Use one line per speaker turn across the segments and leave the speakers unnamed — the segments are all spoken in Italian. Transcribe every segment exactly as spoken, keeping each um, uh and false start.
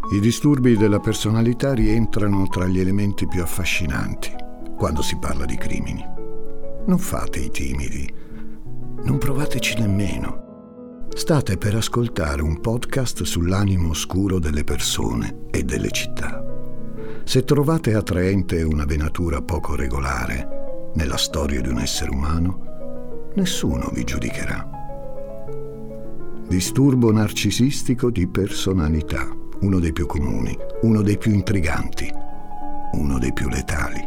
I disturbi della personalità rientrano tra gli elementi più affascinanti quando si parla di crimini. Non fate i timidi, non provateci nemmeno. State per ascoltare un podcast sull'animo oscuro delle persone e delle città. Se trovate attraente una venatura poco regolare nella storia di un essere umano, nessuno vi giudicherà. Disturbo narcisistico di personalità. Uno dei più comuni, uno dei più intriganti, uno dei più letali.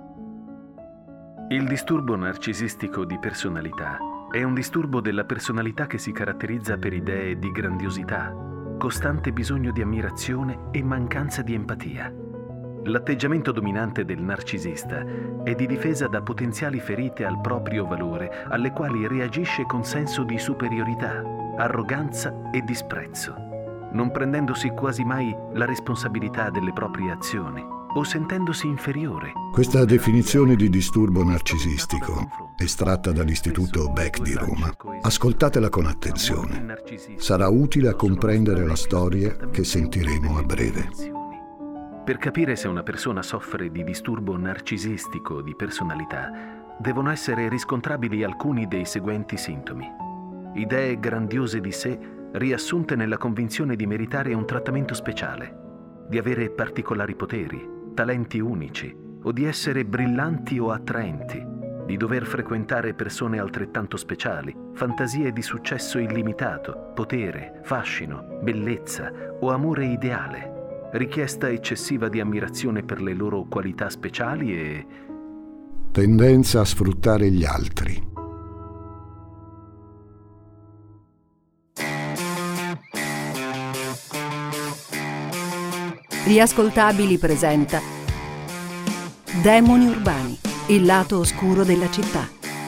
Il disturbo narcisistico di personalità è un disturbo della personalità che si caratterizza per idee di grandiosità, costante bisogno di ammirazione e mancanza di empatia. L'atteggiamento dominante del narcisista è di difesa da potenziali ferite al proprio valore, alle quali reagisce con senso di superiorità, arroganza e disprezzo, non prendendosi quasi mai la responsabilità delle proprie azioni o sentendosi inferiore.
Questa definizione di disturbo narcisistico, estratta dall'Istituto Beck di Roma, ascoltatela con attenzione. Sarà utile a comprendere la storia che sentiremo a breve.
Per capire se una persona soffre di disturbo narcisistico di personalità, devono essere riscontrabili alcuni dei seguenti sintomi: idee grandiose di sé, riassunte nella convinzione di meritare un trattamento speciale, di avere particolari poteri, talenti unici o di essere brillanti o attraenti, di dover frequentare persone altrettanto speciali, fantasie di successo illimitato, potere, fascino, bellezza o amore ideale, richiesta eccessiva di ammirazione per le loro qualità speciali e
tendenza a sfruttare gli altri.
Riascoltabili presenta Demoni urbani, il lato oscuro della città.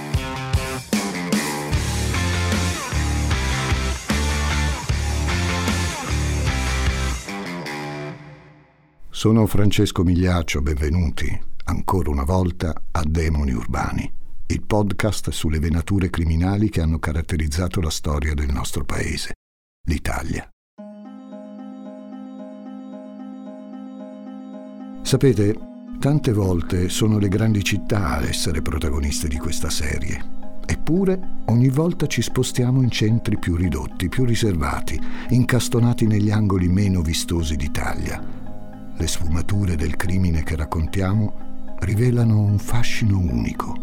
Sono Francesco Migliaccio, benvenuti ancora una volta a Demoni urbani, il podcast sulle venature criminali che hanno caratterizzato la storia del nostro paese, l'Italia. Sapete, tante volte sono le grandi città ad essere protagoniste di questa serie. Eppure, ogni volta ci spostiamo in centri più ridotti, più riservati, incastonati negli angoli meno vistosi d'Italia. Le sfumature del crimine che raccontiamo rivelano un fascino unico.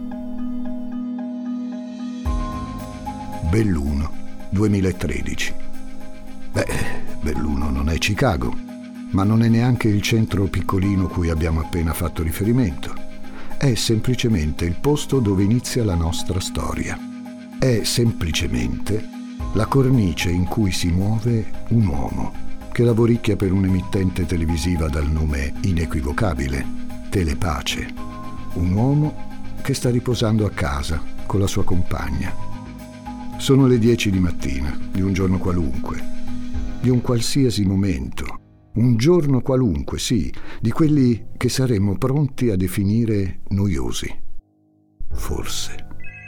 Belluno, duemilatredici. Beh, Belluno non è Chicago, ma non è neanche il centro piccolino cui abbiamo appena fatto riferimento. È semplicemente il posto dove inizia la nostra storia. È semplicemente la cornice in cui si muove un uomo che lavoricchia per un'emittente televisiva dal nome inequivocabile, Telepace. Un uomo che sta riposando a casa con la sua compagna. Sono le dieci di mattina, di un giorno qualunque, di un qualsiasi momento. Un giorno qualunque, sì, di quelli che saremmo pronti a definire noiosi. Forse.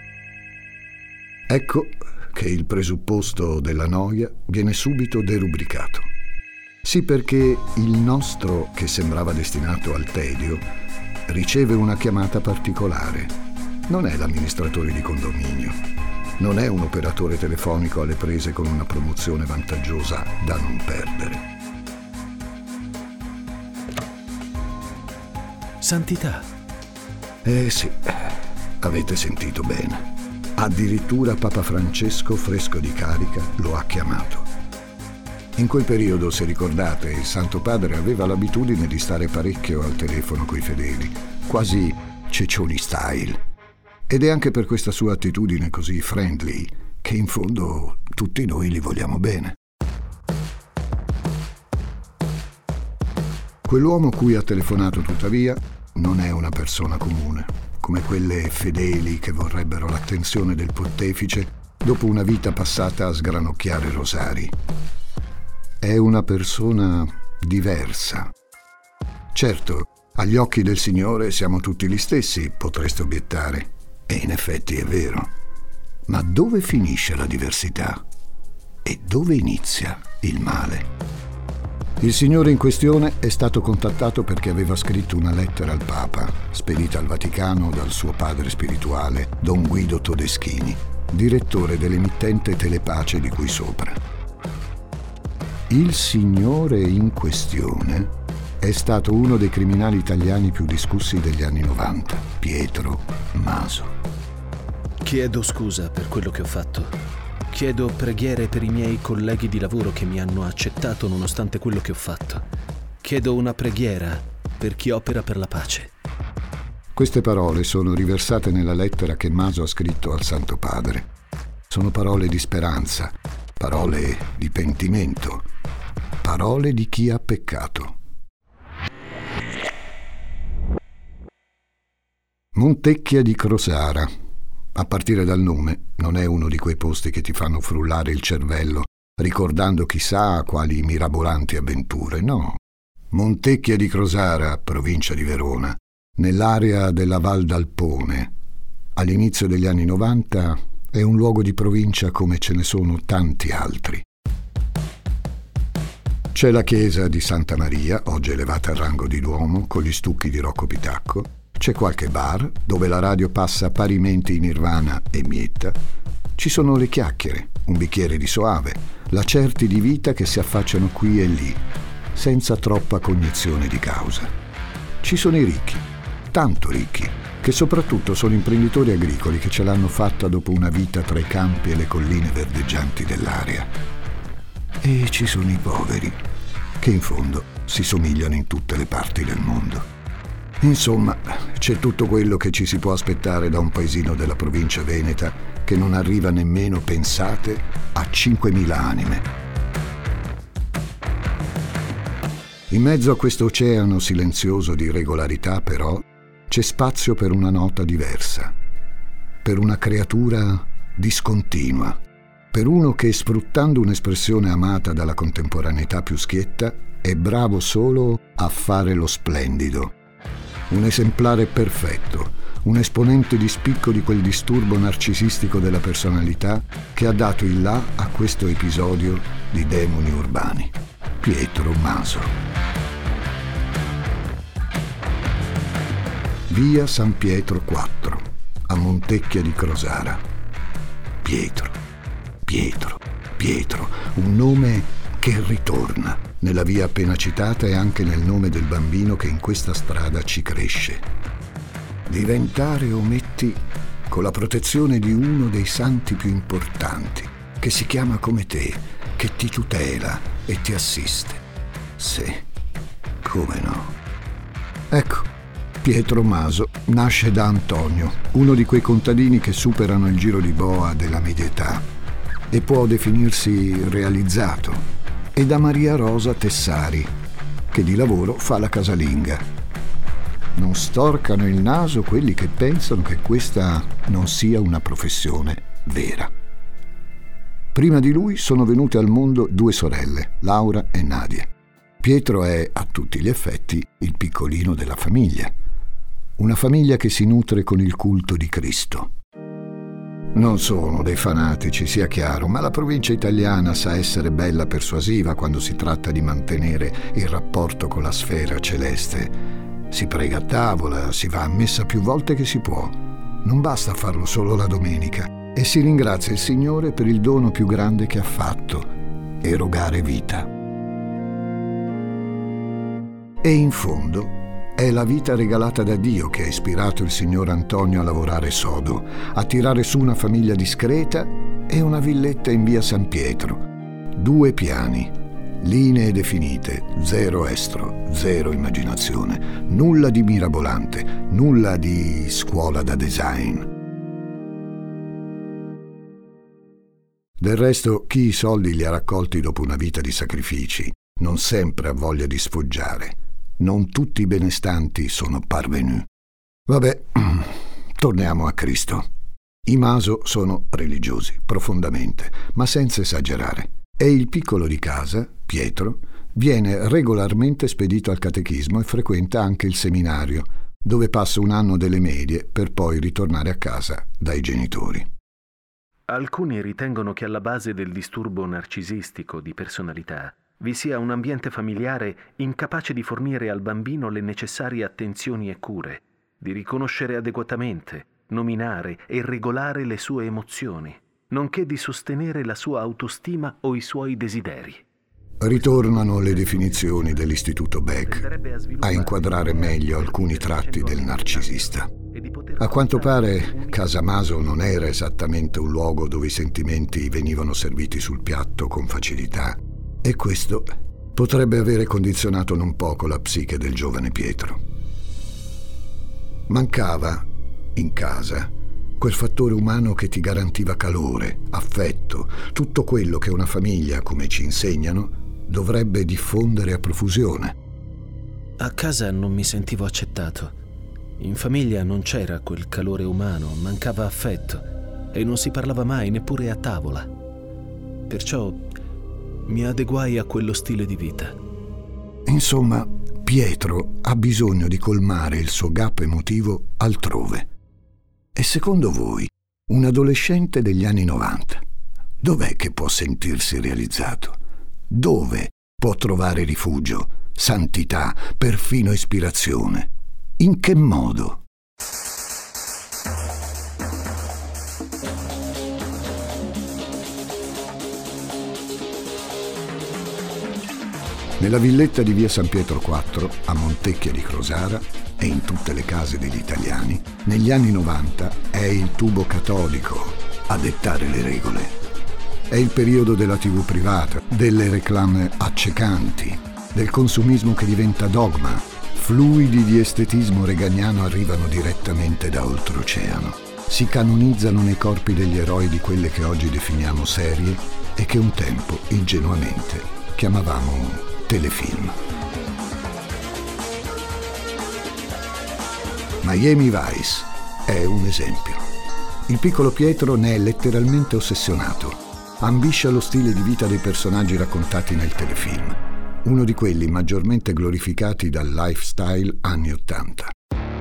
Ecco che il presupposto della noia viene subito derubricato. Sì, perché il nostro, che sembrava destinato al tedio, riceve una chiamata particolare. Non è l'amministratore di condominio, non è un operatore telefonico alle prese con una promozione vantaggiosa da non perdere.
Santità.
Eh sì, avete sentito bene. Addirittura Papa Francesco, fresco di carica, lo ha chiamato. In quel periodo, se ricordate, il Santo Padre aveva l'abitudine di stare parecchio al telefono coi fedeli, quasi ceccioni style. Ed è anche per questa sua attitudine così friendly che in fondo tutti noi gli vogliamo bene. Quell'uomo cui ha telefonato, tuttavia, non è una persona comune, come quelle fedeli che vorrebbero l'attenzione del pontefice dopo una vita passata a sgranocchiare rosari. È una persona diversa. Certo, agli occhi del Signore siamo tutti gli stessi, potreste obiettare, e in effetti è vero. Ma dove finisce la diversità? E dove inizia il male? Il signore in questione è stato contattato perché aveva scritto una lettera al Papa, spedita al Vaticano dal suo padre spirituale, Don Guido Todeschini, direttore dell'emittente Telepace di cui sopra. Il signore in questione è stato uno dei criminali italiani più discussi degli anni novanta, Pietro Maso.
Chiedo scusa per quello che ho fatto. Chiedo preghiere per i miei colleghi di lavoro che mi hanno accettato nonostante quello che ho fatto. Chiedo una preghiera per chi opera per la pace.
Queste parole sono riversate nella lettera che Maso ha scritto al Santo Padre. Sono parole di speranza, parole di pentimento, parole di chi ha peccato. Montecchia di Crosara. A partire dal nome, non è uno di quei posti che ti fanno frullare il cervello, ricordando chissà quali mirabolanti avventure, no. Montecchia di Crosara, provincia di Verona, nell'area della Val d'Alpone. All'inizio degli anni novanta è un luogo di provincia come ce ne sono tanti altri. C'è la chiesa di Santa Maria, oggi elevata al rango di duomo, con gli stucchi di Rocco Pitacco. C'è qualche bar dove la radio passa parimenti in Nirvana e Mietta. Ci sono le chiacchiere, un bicchiere di soave, lacerti di vita che si affacciano qui e lì, senza troppa cognizione di causa. Ci sono i ricchi, tanto ricchi, che soprattutto sono imprenditori agricoli che ce l'hanno fatta dopo una vita tra i campi e le colline verdeggianti dell'area. E ci sono i poveri, che in fondo si somigliano in tutte le parti del mondo. Insomma, c'è tutto quello che ci si può aspettare da un paesino della provincia veneta che non arriva nemmeno, pensate, a cinquemila anime. In mezzo a questo oceano silenzioso di irregolarità, però, c'è spazio per una nota diversa, per una creatura discontinua, per uno che, sfruttando un'espressione amata dalla contemporaneità più schietta, è bravo solo a fare lo splendido. Un esemplare perfetto, un esponente di spicco di quel disturbo narcisistico della personalità che ha dato il là a questo episodio di Demoni Urbani. Pietro Maso. Via San Pietro quattro, a Montecchia di Crosara. Pietro, Pietro, Pietro, un nome che ritorna nella via appena citata e anche nel nome del bambino che in questa strada ci cresce. Diventare ometti con la protezione di uno dei santi più importanti, che si chiama come te, che ti tutela e ti assiste. Sì, come no. Ecco, Pietro Maso nasce da Antonio, uno di quei contadini che superano il giro di boa della media età e può definirsi realizzato, e da Maria Rosa Tessari, che di lavoro fa la casalinga. Non storcano il naso quelli che pensano che questa non sia una professione vera. Prima di lui sono venute al mondo due sorelle, Laura e Nadia. Pietro è, a tutti gli effetti, il piccolino della famiglia. Una famiglia che si nutre con il culto di Cristo. Non sono dei fanatici, sia chiaro, ma la provincia italiana sa essere bella persuasiva quando si tratta di mantenere il rapporto con la sfera celeste. Si prega a tavola, si va a messa più volte che si può. Non basta farlo solo la domenica e si ringrazia il Signore per il dono più grande che ha fatto, erogare vita. E in fondo è la vita regalata da Dio che ha ispirato il signor Antonio a lavorare sodo, a tirare su una famiglia discreta e una villetta in via San Pietro. Due piani, linee definite, zero estro, zero immaginazione, nulla di mirabolante, nulla di scuola da design. Del resto, chi i soldi li ha raccolti dopo una vita di sacrifici non sempre ha voglia di sfoggiare. Non tutti i benestanti sono parvenu. Vabbè, torniamo a Cristo. I Maso sono religiosi, profondamente, ma senza esagerare. E il piccolo di casa, Pietro, viene regolarmente spedito al catechismo e frequenta anche il seminario, dove passa un anno delle medie per poi ritornare a casa dai genitori.
Alcuni ritengono che alla base del disturbo narcisistico di personalità vi sia un ambiente familiare incapace di fornire al bambino le necessarie attenzioni e cure, di riconoscere adeguatamente, nominare e regolare le sue emozioni, nonché di sostenere la sua autostima o i suoi desideri.
Ritornano le definizioni dell'Istituto Beck a inquadrare meglio alcuni tratti del narcisista. A quanto pare, Casa Maso non era esattamente un luogo dove i sentimenti venivano serviti sul piatto con facilità, e questo potrebbe avere condizionato non poco la psiche del giovane Pietro. Mancava, in casa, quel fattore umano che ti garantiva calore, affetto, tutto quello che una famiglia, come ci insegnano, dovrebbe diffondere a profusione.
A casa non mi sentivo accettato. In famiglia non c'era quel calore umano, mancava affetto e non si parlava mai neppure a tavola. Perciò mi adeguai a quello stile di vita.
Insomma, Pietro ha bisogno di colmare il suo gap emotivo altrove. E secondo voi, un adolescente degli anni novanta, dov'è che può sentirsi realizzato? Dove può trovare rifugio, santità, perfino ispirazione? In che modo? Nella villetta di via San Pietro quattro, a Montecchia di Crosara e in tutte le case degli italiani, negli anni novanta è il tubo catodico a dettare le regole. È il periodo della tivù privata, delle reclame accecanti, del consumismo che diventa dogma. Fluidi di estetismo reganiano arrivano direttamente da oltreoceano. Si canonizzano nei corpi degli eroi di quelle che oggi definiamo serie e che un tempo, ingenuamente, chiamavamo telefilm. Miami Vice è un esempio. Il piccolo Pietro ne è letteralmente ossessionato. Ambisce allo stile di vita dei personaggi raccontati nel telefilm, uno di quelli maggiormente glorificati dal lifestyle anni Ottanta.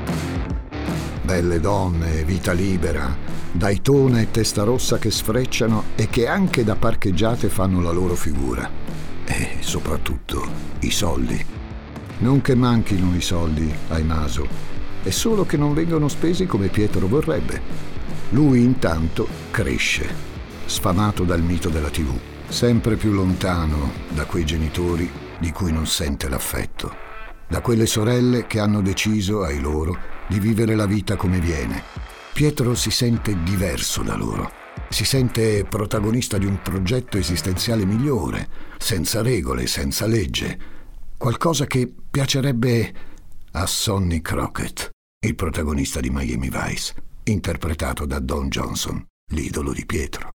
Belle donne, vita libera, Daytona e Testarossa che sfrecciano e che anche da parcheggiate fanno la loro figura. E soprattutto i soldi. Non che manchino i soldi ai Maso, è solo che non vengono spesi come Pietro vorrebbe. Lui intanto cresce, sfamato dal mito della tivù, sempre più lontano da quei genitori di cui non sente l'affetto, da quelle sorelle che hanno deciso, ai loro, di vivere la vita come viene. Pietro si sente diverso da loro, si sente protagonista di un progetto esistenziale migliore, senza regole, senza legge, qualcosa che piacerebbe a Sonny Crockett, il protagonista di Miami Vice, interpretato da Don Johnson, l'idolo di Pietro.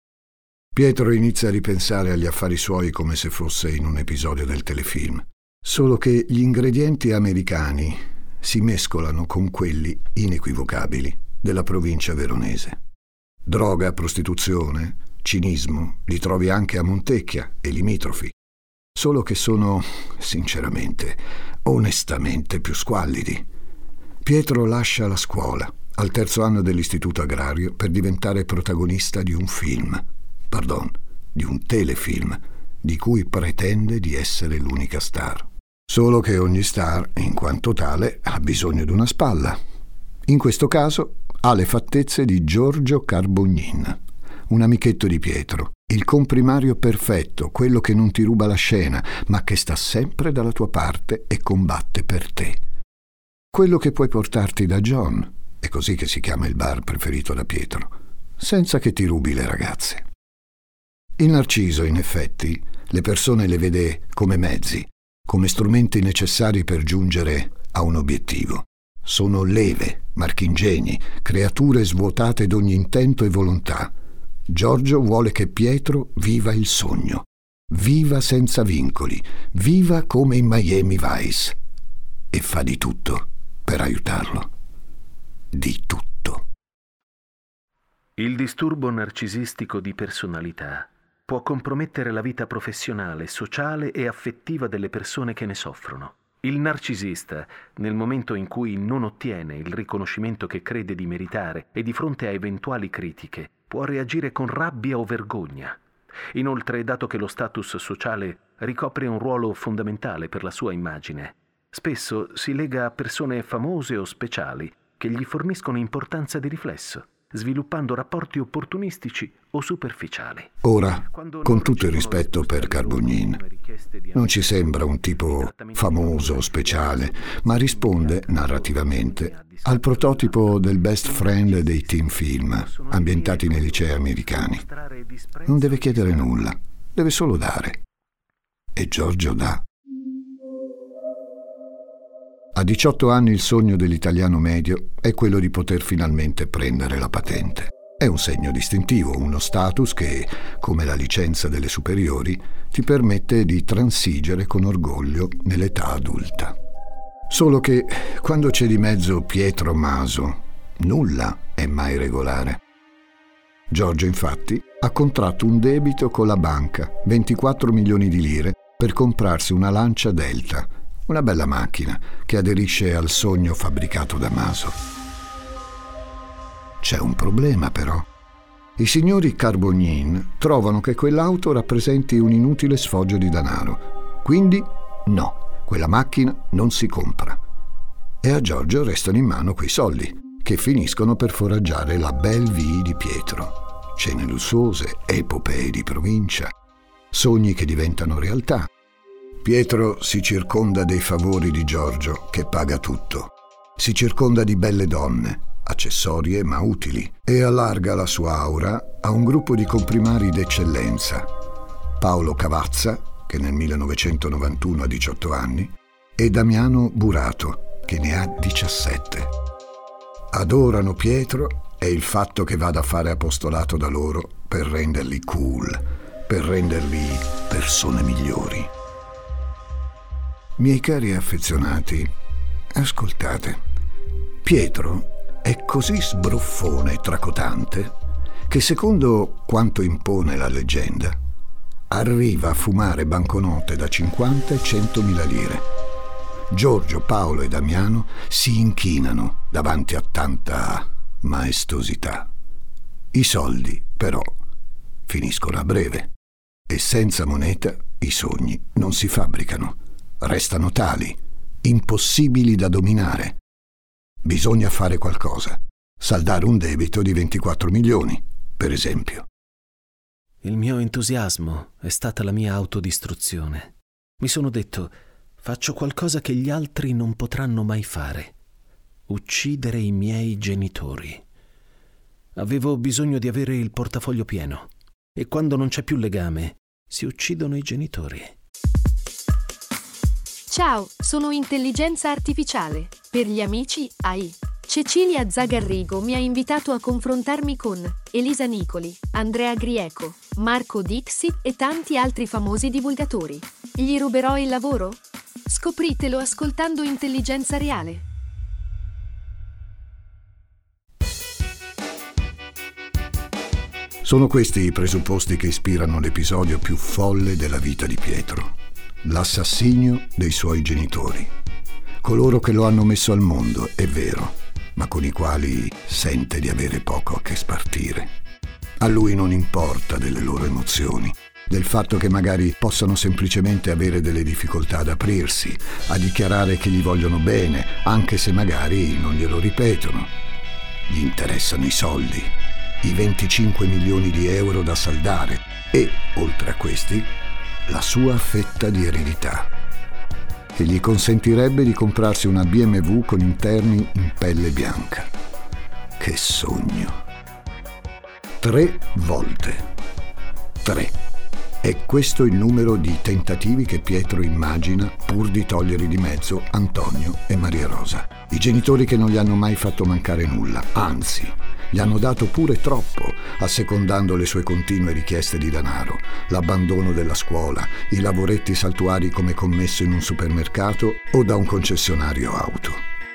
Pietro inizia a ripensare agli affari suoi come se fosse in un episodio del telefilm, solo che gli ingredienti americani si mescolano con quelli inequivocabili della provincia veronese. Droga, prostituzione, cinismo li trovi anche a Montecchia e limitrofi, solo che sono, sinceramente, onestamente più squallidi. Pietro lascia la scuola al terzo anno dell'istituto agrario per diventare protagonista di un film, pardon, di un telefilm, di cui pretende di essere l'unica star. Solo che ogni star, in quanto tale, ha bisogno di una spalla. In questo caso ha le fattezze di Giorgio Carbognin, un amichetto di Pietro, il comprimario perfetto, quello che non ti ruba la scena, ma che sta sempre dalla tua parte e combatte per te. Quello che puoi portarti da John, è così che si chiama il bar preferito da Pietro, senza che ti rubi le ragazze. Il Narciso, in effetti, le persone le vede come mezzi, come strumenti necessari per giungere a un obiettivo. Sono leve, marchingegni, creature svuotate d'ogni intento e volontà. Giorgio vuole che Pietro viva il sogno, viva senza vincoli, viva come in Miami Vice, e fa di tutto per aiutarlo. Di tutto.
Il disturbo narcisistico di personalità può compromettere la vita professionale, sociale e affettiva delle persone che ne soffrono. Il narcisista, nel momento in cui non ottiene il riconoscimento che crede di meritare e di fronte a eventuali critiche, può reagire con rabbia o vergogna. Inoltre, dato che lo status sociale ricopre un ruolo fondamentale per la sua immagine, spesso si lega a persone famose o speciali che gli forniscono importanza di riflesso, sviluppando rapporti opportunistici o superficiali.
Ora, con tutto il rispetto per Carbognin, non ci sembra un tipo famoso o speciale, ma risponde, narrativamente, al prototipo del best friend dei teen film, ambientati nei licei americani. Non deve chiedere nulla, deve solo dare. E Giorgio dà. A diciotto anni il sogno dell'italiano medio è quello di poter finalmente prendere la patente. È un segno distintivo, uno status che, come la licenza delle superiori, ti permette di transigere con orgoglio nell'età adulta. Solo che, quando c'è di mezzo Pietro Maso, nulla è mai regolare. Giorgio, infatti, ha contratto un debito con la banca, ventiquattro milioni di lire, per comprarsi una Lancia Delta, una bella macchina che aderisce al sogno fabbricato da Maso. C'è un problema, però. I signori Carbognin trovano che quell'auto rappresenti un inutile sfoggio di denaro. Quindi, no, quella macchina non si compra. E a Giorgio restano in mano quei soldi, che finiscono per foraggiare la belle vie di Pietro. Cene lussuose, epopee di provincia, sogni che diventano realtà. Pietro si circonda dei favori di Giorgio, che paga tutto. Si circonda di belle donne, accessorie ma utili, e allarga la sua aura a un gruppo di comprimari d'eccellenza. Paolo Cavazza, che nel millenovecentonovantuno ha diciotto anni, e Damiano Burato, che ne ha diciassette. Adorano Pietro e il fatto che vada a fare apostolato da loro per renderli cool, per renderli persone migliori. Miei cari affezionati, ascoltate. Pietro è così sbruffone e tracotante che, secondo quanto impone la leggenda, arriva a fumare banconote da cinquanta e centomila lire. Giorgio, Paolo e Damiano si inchinano davanti a tanta maestosità. I soldi, però, finiscono a breve e senza moneta i sogni non si fabbricano. Restano tali, impossibili da dominare. Bisogna fare qualcosa. Saldare un debito di ventiquattro milioni, per esempio.
Il mio entusiasmo è stata la mia autodistruzione. Mi sono detto, faccio qualcosa che gli altri non potranno mai fare. Uccidere i miei genitori. Avevo bisogno di avere il portafoglio pieno. E quando non c'è più legame, si uccidono i genitori.
Ciao, sono intelligenza artificiale. Per gli amici A I. Cecilia Zagarrigo mi ha invitato a confrontarmi con Elisa Nicoli, Andrea Grieco, Marco Dixi e tanti altri famosi divulgatori. Gli ruberò il lavoro? Scopritelo ascoltando Intelligenza Reale.
Sono questi i presupposti che ispirano l'episodio più folle della vita di Pietro. L'assassinio dei suoi genitori. Coloro che lo hanno messo al mondo, è vero, ma con i quali sente di avere poco a che spartire. A lui non importa delle loro emozioni, del fatto che magari possano semplicemente avere delle difficoltà ad aprirsi, a dichiarare che gli vogliono bene, anche se magari non glielo ripetono. Gli interessano i soldi, i venticinque milioni di euro da saldare e, oltre a questi, la sua fetta di eredità, che gli consentirebbe di comprarsi una B M W con interni in pelle bianca. Che sogno! Tre volte. Tre. È questo il numero di tentativi che Pietro immagina pur di togliere di mezzo Antonio e Maria Rosa. I genitori che non gli hanno mai fatto mancare nulla, anzi, gli hanno dato pure troppo, assecondando le sue continue richieste di denaro, l'abbandono della scuola, i lavoretti saltuari come commesso in un supermercato o da un concessionario auto.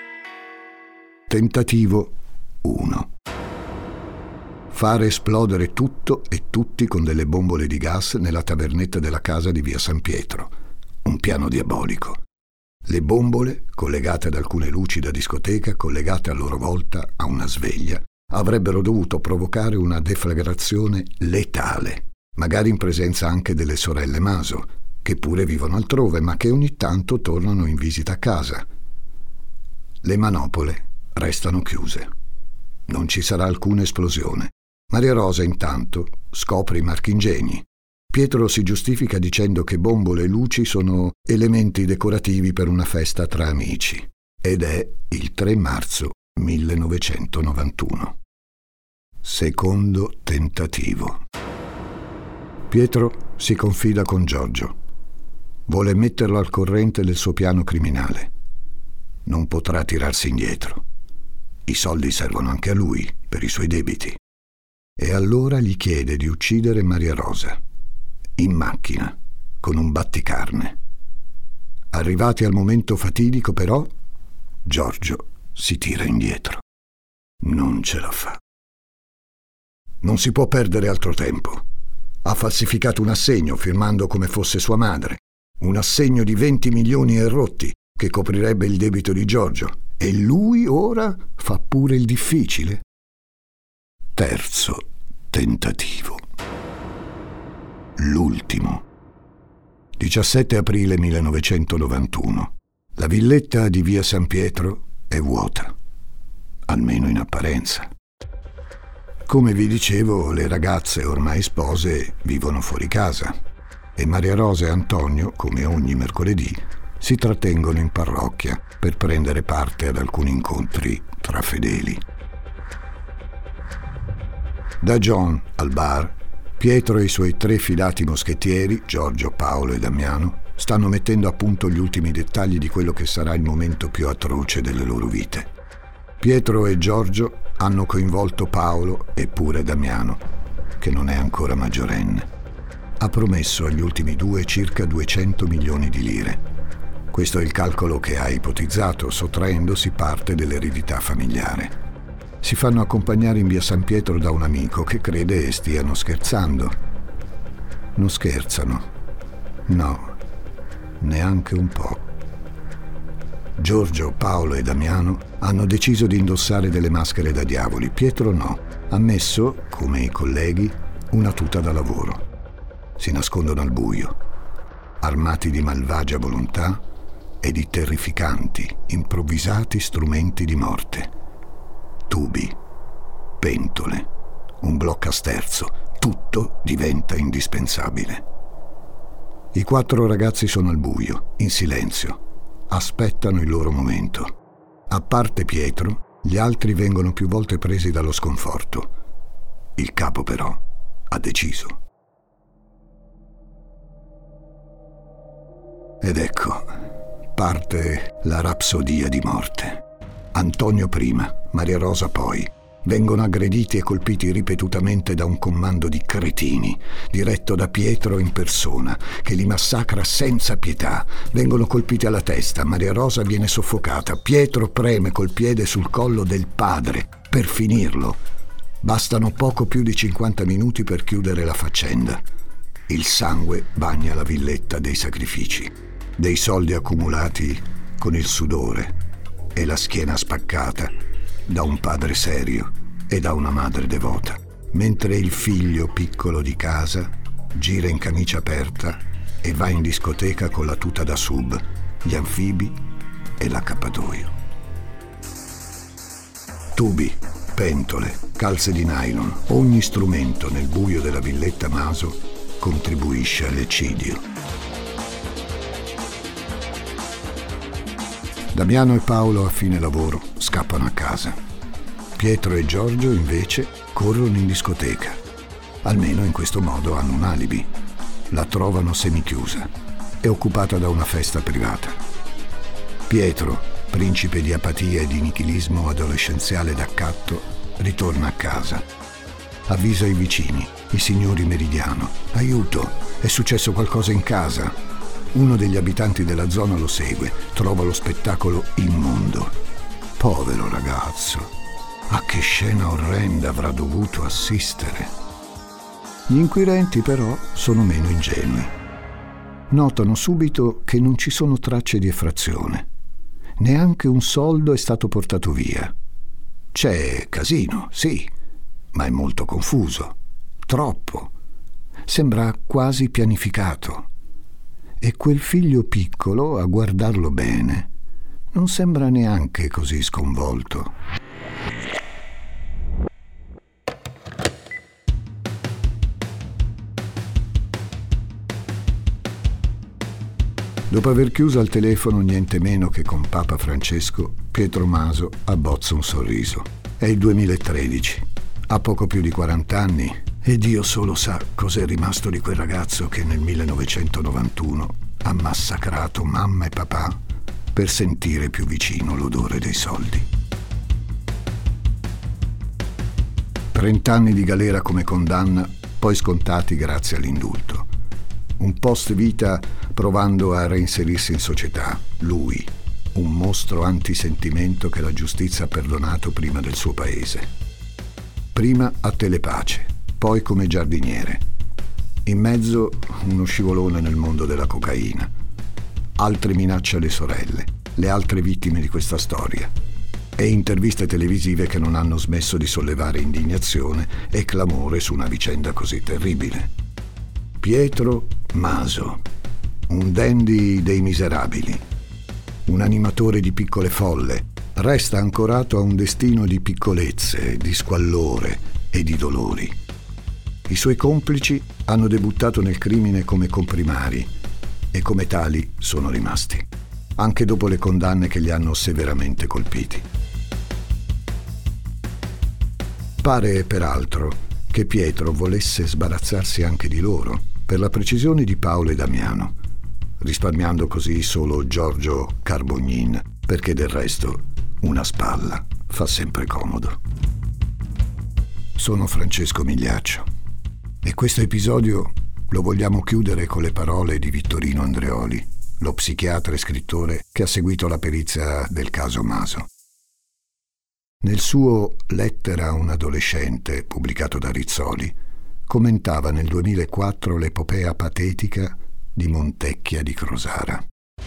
Tentativo uno. Fare esplodere tutto e tutti con delle bombole di gas nella tavernetta della casa di via San Pietro. Un piano diabolico. Le bombole, collegate ad alcune luci da discoteca, collegate a loro volta a una sveglia, avrebbero dovuto provocare una deflagrazione letale. magari in presenza anche delle sorelle Maso, che pure vivono altrove, ma che ogni tanto tornano in visita a casa. Le manopole restano chiuse. Non ci sarà alcuna esplosione. Maria Rosa, intanto, scopre i marchingegni. Pietro si giustifica dicendo che bombole e luci sono elementi decorativi per una festa tra amici. Ed è il tre marzo millenovecentonovantuno. Secondo tentativo. Pietro si confida con Giorgio. Vuole metterlo al corrente del suo piano criminale. Non potrà tirarsi indietro. I soldi servono anche a lui, per i suoi debiti. E allora gli chiede di uccidere Maria Rosa, in macchina, con un batticarne. Arrivati al momento fatidico, però, Giorgio si tira indietro. Non ce la fa. Non si può perdere altro tempo. Ha falsificato un assegno firmando come fosse sua madre. Un assegno di venti milioni e rotti che coprirebbe il debito di Giorgio. E lui ora fa pure il difficile. Terzo tentativo. L'ultimo. diciassette aprile millenovecentonovantuno. La villetta di via San Pietro è vuota, almeno in apparenza. Come vi dicevo, le ragazze ormai spose vivono fuori casa e Maria Rosa e Antonio, come ogni mercoledì, si trattengono in parrocchia per prendere parte ad alcuni incontri tra fedeli. Da John al bar, Pietro e i suoi tre fidati moschettieri, Giorgio, Paolo e Damiano, stanno mettendo a punto gli ultimi dettagli di quello che sarà il momento più atroce delle loro vite. Pietro e Giorgio hanno coinvolto Paolo e pure Damiano, che non è ancora maggiorenne. Ha promesso agli ultimi due circa duecento milioni di lire. Questo è il calcolo che ha ipotizzato, sottraendosi parte dell'eredità familiare. Si fanno accompagnare in via San Pietro da un amico che crede stiano scherzando. Non scherzano. No, neanche un po'. Giorgio, Paolo e Damiano hanno deciso di indossare delle maschere da diavoli. Pietro no. Ha messo, come i colleghi, una tuta da lavoro. Si nascondono al buio, armati di malvagia volontà e di terrificanti, improvvisati strumenti di morte. Tubi, pentole, un bloccasterzo, tutto diventa indispensabile. I quattro ragazzi sono al buio, in silenzio, aspettano il loro momento. A parte Pietro, gli altri vengono più volte presi dallo sconforto. Il capo però ha deciso. Ed ecco, parte la rapsodia di morte. Antonio prima, Maria Rosa poi, vengono aggrediti e colpiti ripetutamente da un comando di cretini, diretto da Pietro in persona, che li massacra senza pietà. Vengono colpiti alla testa, Maria Rosa viene soffocata, Pietro preme col piede sul collo del padre per finirlo. Bastano poco più di cinquanta minuti per chiudere la faccenda. Il sangue bagna la villetta dei sacrifici, dei soldi accumulati con il sudore e la schiena spaccata da un padre serio e da una madre devota, mentre il figlio piccolo di casa gira in camicia aperta e va in discoteca con la tuta da sub, gli anfibi e l'accappatoio. Tubi, pentole, calze di nylon, ogni strumento nel buio della villetta Maso contribuisce all'eccidio. Damiano e Paolo a fine lavoro scappano a casa. Pietro e Giorgio invece corrono in discoteca. Almeno in questo modo hanno un alibi. La trovano semichiusa e occupata da una festa privata. Pietro, principe di apatia e di nichilismo adolescenziale d'accatto, ritorna a casa. Avvisa i vicini, i signori Meridiano. Aiuto, è successo qualcosa in casa. Uno degli abitanti della zona lo segue, trova lo spettacolo immondo. Povero ragazzo, a che scena orrenda avrà dovuto assistere. Gli inquirenti però sono meno ingenui. Notano subito che non ci sono tracce di effrazione. Neanche un soldo è stato portato via. C'è casino, sì, ma è molto confuso. Troppo. Sembra quasi pianificato. E quel figlio piccolo, a guardarlo bene, non sembra neanche così sconvolto. Dopo aver chiuso al telefono niente meno che con Papa Francesco, Pietro Maso abbozza un sorriso. È il duemilatredici. Ha poco più di quaranta anni e Dio solo sa cos'è rimasto di quel ragazzo che nel millenovecentonovantuno ha massacrato mamma e papà per sentire più vicino l'odore dei soldi. Trent'anni di galera come condanna, poi scontati grazie all'indulto. Un post vita provando a reinserirsi in società. Lui, un mostro antisentimento che la giustizia ha perdonato prima del suo paese. Prima a Telepace, poi come giardiniere. In mezzo uno scivolone nel mondo della cocaina. Altri minaccia le sorelle, le altre vittime di questa storia. E interviste televisive che non hanno smesso di sollevare indignazione e clamore su una vicenda così terribile. Pietro Maso, un dandy dei miserabili, un animatore di piccole folle, resta ancorato a un destino di piccolezze, di squallore e di dolori. I suoi complici hanno debuttato nel crimine come comprimari e come tali sono rimasti, anche dopo le condanne che li hanno severamente colpiti. Pare, peraltro, che Pietro volesse sbarazzarsi anche di loro, per la precisione di Paolo e Damiano, risparmiando così solo Giorgio Carbognin, perché del resto una spalla fa sempre comodo. Sono Francesco Migliaccio e questo episodio lo vogliamo chiudere con le parole di Vittorino Andreoli, lo psichiatra e scrittore che ha seguito la perizia del caso Maso. Nel suo Lettera a un adolescente, pubblicato da Rizzoli, commentava nel duemilaquattro l'epopea patetica di Montecchia di Crosara.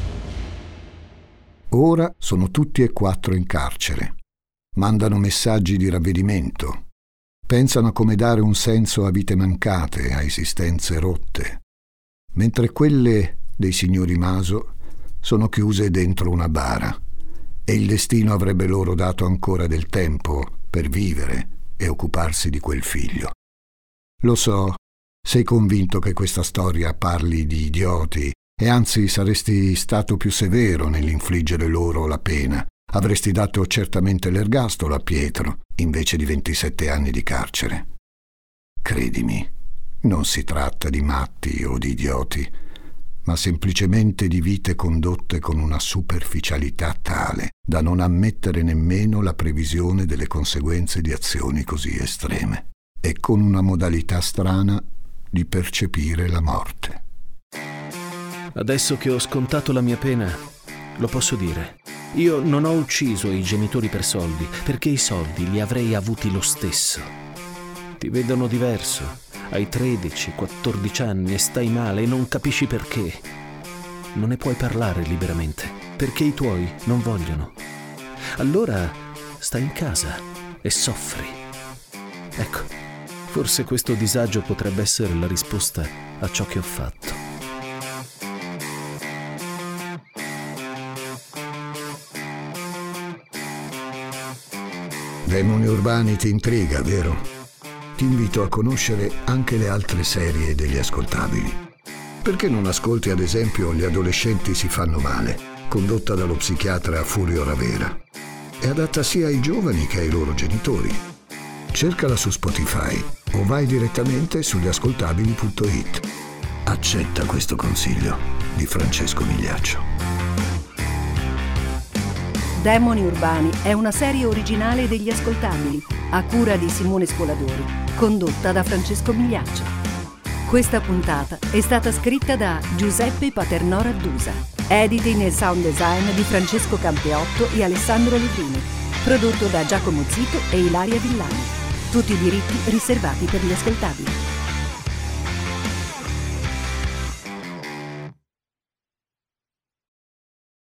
Ora sono tutti e quattro in carcere. Mandano messaggi di ravvedimento. Pensano a come dare un senso a vite mancate, a esistenze rotte. Mentre quelle dei signori Maso sono chiuse dentro una bara e il destino avrebbe loro dato ancora del tempo per vivere e occuparsi di quel figlio. Lo so, sei convinto che questa storia parli di idioti e anzi saresti stato più severo nell'infliggere loro la pena. Avresti dato certamente l'ergastolo a Pietro invece di ventisette anni di carcere. Credimi, non si tratta di matti o di idioti, ma semplicemente di vite condotte con una superficialità tale da non ammettere nemmeno la previsione delle conseguenze di azioni così estreme, e con una modalità strana di percepire la morte.
Adesso che ho scontato la mia pena, lo posso dire. Io non ho ucciso i genitori per soldi, perché i soldi li avrei avuti lo stesso. Ti vedono diverso. Hai tredici, quattordici anni e stai male e non capisci perché. Non ne puoi parlare liberamente, perché i tuoi non vogliono. Allora stai in casa e soffri. Ecco, forse questo disagio potrebbe essere la risposta a ciò che ho fatto.
Demoni Urbani ti intriga, vero? Ti invito a conoscere anche le altre serie degli ascoltabili. Perché non ascolti ad esempio Gli adolescenti si fanno male, condotta dallo psichiatra Furio Ravera? È adatta sia ai giovani che ai loro genitori. Cercala su Spotify o vai direttamente su gliascoltabili punto it. Accetta questo consiglio di Francesco Migliaccio.
Demoni Urbani è una serie originale degli ascoltabili, a cura di Simone Spoladori, condotta da Francesco Migliaccio. Questa puntata è stata scritta da Giuseppe Paternò Raddusa, editing e sound design di Francesco Campeotto e Alessandro Lupini, prodotto da Giacomo Zito e Ilaria Villani. Tutti i diritti riservati per gli ascoltabili.